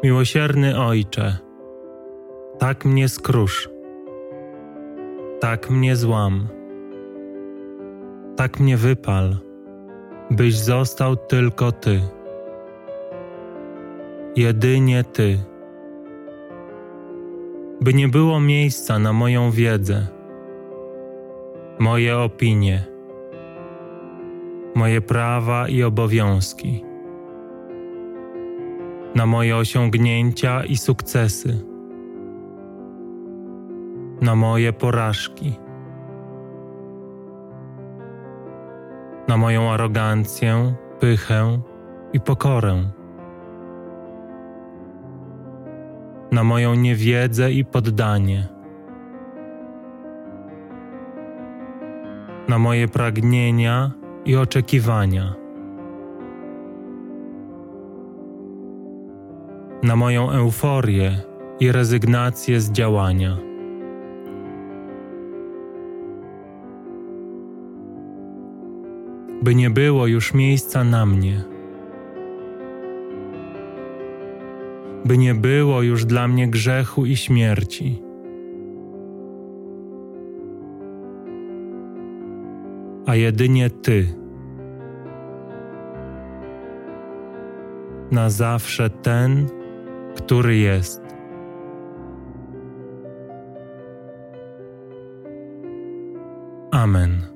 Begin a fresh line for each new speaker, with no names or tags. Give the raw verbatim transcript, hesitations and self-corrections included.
Miłosierny Ojcze, tak mnie skrusz, tak mnie złam, tak mnie wypal, byś został tylko Ty, jedynie Ty, by nie było miejsca na moją wiedzę, moje opinie, moje prawa i obowiązki, na moje osiągnięcia i sukcesy, na moje porażki, na moją arogancję, pychę i pokorę, na moją niewiedzę i poddanie, na moje pragnienia i oczekiwania, na moją euforię i rezygnację z działania. By nie było już miejsca na mnie, by nie było już dla mnie grzechu i śmierci. A jedynie Ty, na zawsze ten, który jest. Amen.